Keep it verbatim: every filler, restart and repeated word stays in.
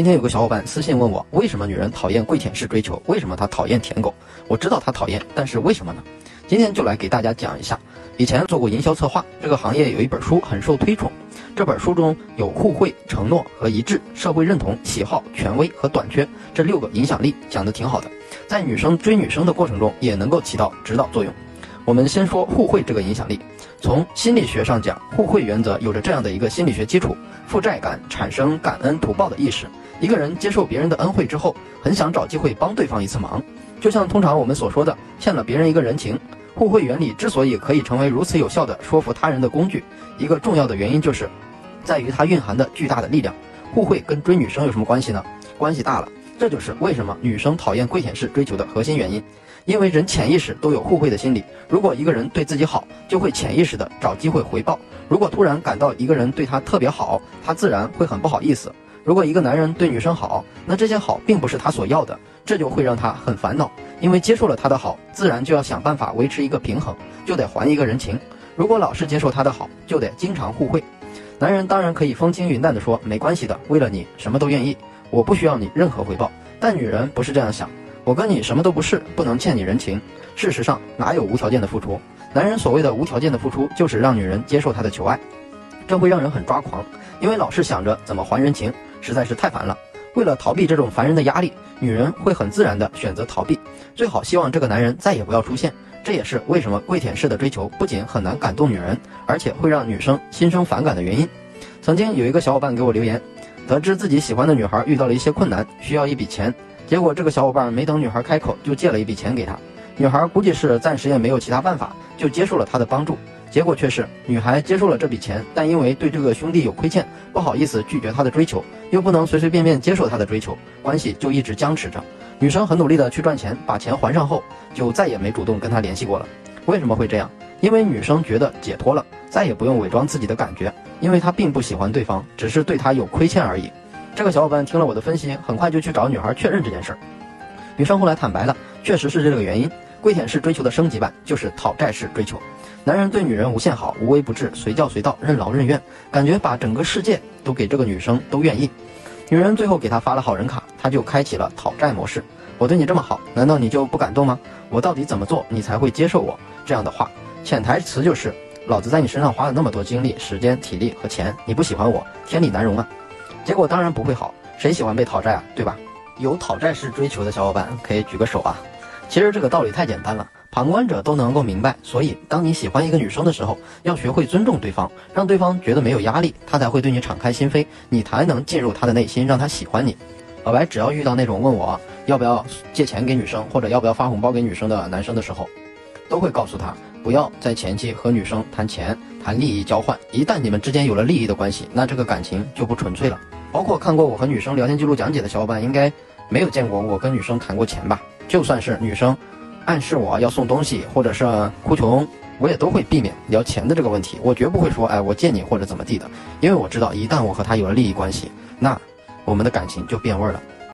今天有个小伙伴私信问我，为什么女人讨厌跪舔式追求？为什么她讨厌舔狗？我知道她讨厌，但是为什么呢？今天就来给大家讲一下。以前做过营销策划，这个行业有一本书很受推崇，这本书中有互惠、承诺和一致、社会认同、喜好、权威和短缺这六个影响力，讲得挺好的，在女生追女生的过程中也能够起到指导作用。我们先说互惠这个影响力。从心理学上讲，互惠原则有着这样的一个心理学基础：负债感产生感恩图报的意识。一个人接受别人的恩惠之后，很想找机会帮对方一次忙，就像通常我们所说的欠了别人一个人情。互惠原理之所以可以成为如此有效的说服他人的工具，一个重要的原因就是在于它蕴含的巨大的力量。互惠跟追女生有什么关系呢？关系大了，这就是为什么女生讨厌跪舔式追求的核心原因。因为人潜意识都有互惠的心理，如果一个人对自己好，就会潜意识的找机会回报。如果突然感到一个人对他特别好，他自然会很不好意思。如果一个男人对女生好，那这些好并不是他所要的，这就会让他很烦恼，因为接受了他的好，自然就要想办法维持一个平衡，就得还一个人情。如果老是接受他的好，就得经常互惠。男人当然可以风轻云淡地说，没关系的，为了你什么都愿意，我不需要你任何回报。但女人不是这样想，我跟你什么都不是，不能欠你人情。事实上哪有无条件的付出？男人所谓的无条件的付出，就是让女人接受他的求爱，这会让人很抓狂，因为老是想着怎么还人情，实在是太烦了。为了逃避这种烦人的压力，女人会很自然地选择逃避，最好希望这个男人再也不要出现。这也是为什么跪舔式的追求不仅很难感动女人，而且会让女生心生反感的原因。曾经有一个小伙伴给我留言，得知自己喜欢的女孩遇到了一些困难，需要一笔钱，结果这个小伙伴没等女孩开口，就借了一笔钱给她。女孩估计是暂时也没有其他办法，就接受了他的帮助。结果却是女孩接受了这笔钱，但因为对这个兄弟有亏欠，不好意思拒绝他的追求，又不能随随便便接受他的追求，关系就一直僵持着。女生很努力的去赚钱，把钱还上后，就再也没主动跟他联系过了。为什么会这样？因为女生觉得解脱了，再也不用伪装自己的感觉，因为她并不喜欢对方，只是对他有亏欠而已。这个小伙伴听了我的分析，很快就去找女孩确认这件事儿。女生后来坦白了，确实是这个原因。跪舔式追求的升级版就是讨债式追求。男人对女人无限好，无微不至，随叫随到，任劳任怨，感觉把整个世界都给这个女生都愿意。女人最后给他发了好人卡，他就开启了讨债模式。我对你这么好，难道你就不感动吗？我到底怎么做你才会接受我？这样的话，潜台词就是老子在你身上花了那么多精力、时间、体力和钱，你不喜欢我，天理难容啊！结果当然不会好，谁喜欢被讨债啊，对吧？有讨债式追求的小伙伴可以举个手啊。其实这个道理太简单了，旁观者都能够明白。所以当你喜欢一个女生的时候，要学会尊重对方，让对方觉得没有压力，她才会对你敞开心扉，你才能进入她的内心，让她喜欢你。老白只要遇到那种问我要不要借钱给女生，或者要不要发红包给女生的男生的时候，都会告诉他不要在前期和女生谈钱谈利益交换，一旦你们之间有了利益的关系，那这个感情就不纯粹了。包括看过我和女生聊天记录讲解的小伙伴，应该没有见过我跟女生谈过钱吧？就算是女生暗示我要送东西，或者是哭穷，我也都会避免聊钱的这个问题。我绝不会说哎我借你或者怎么地的，因为我知道一旦我和她有了利益关系，那我们的感情就变味了。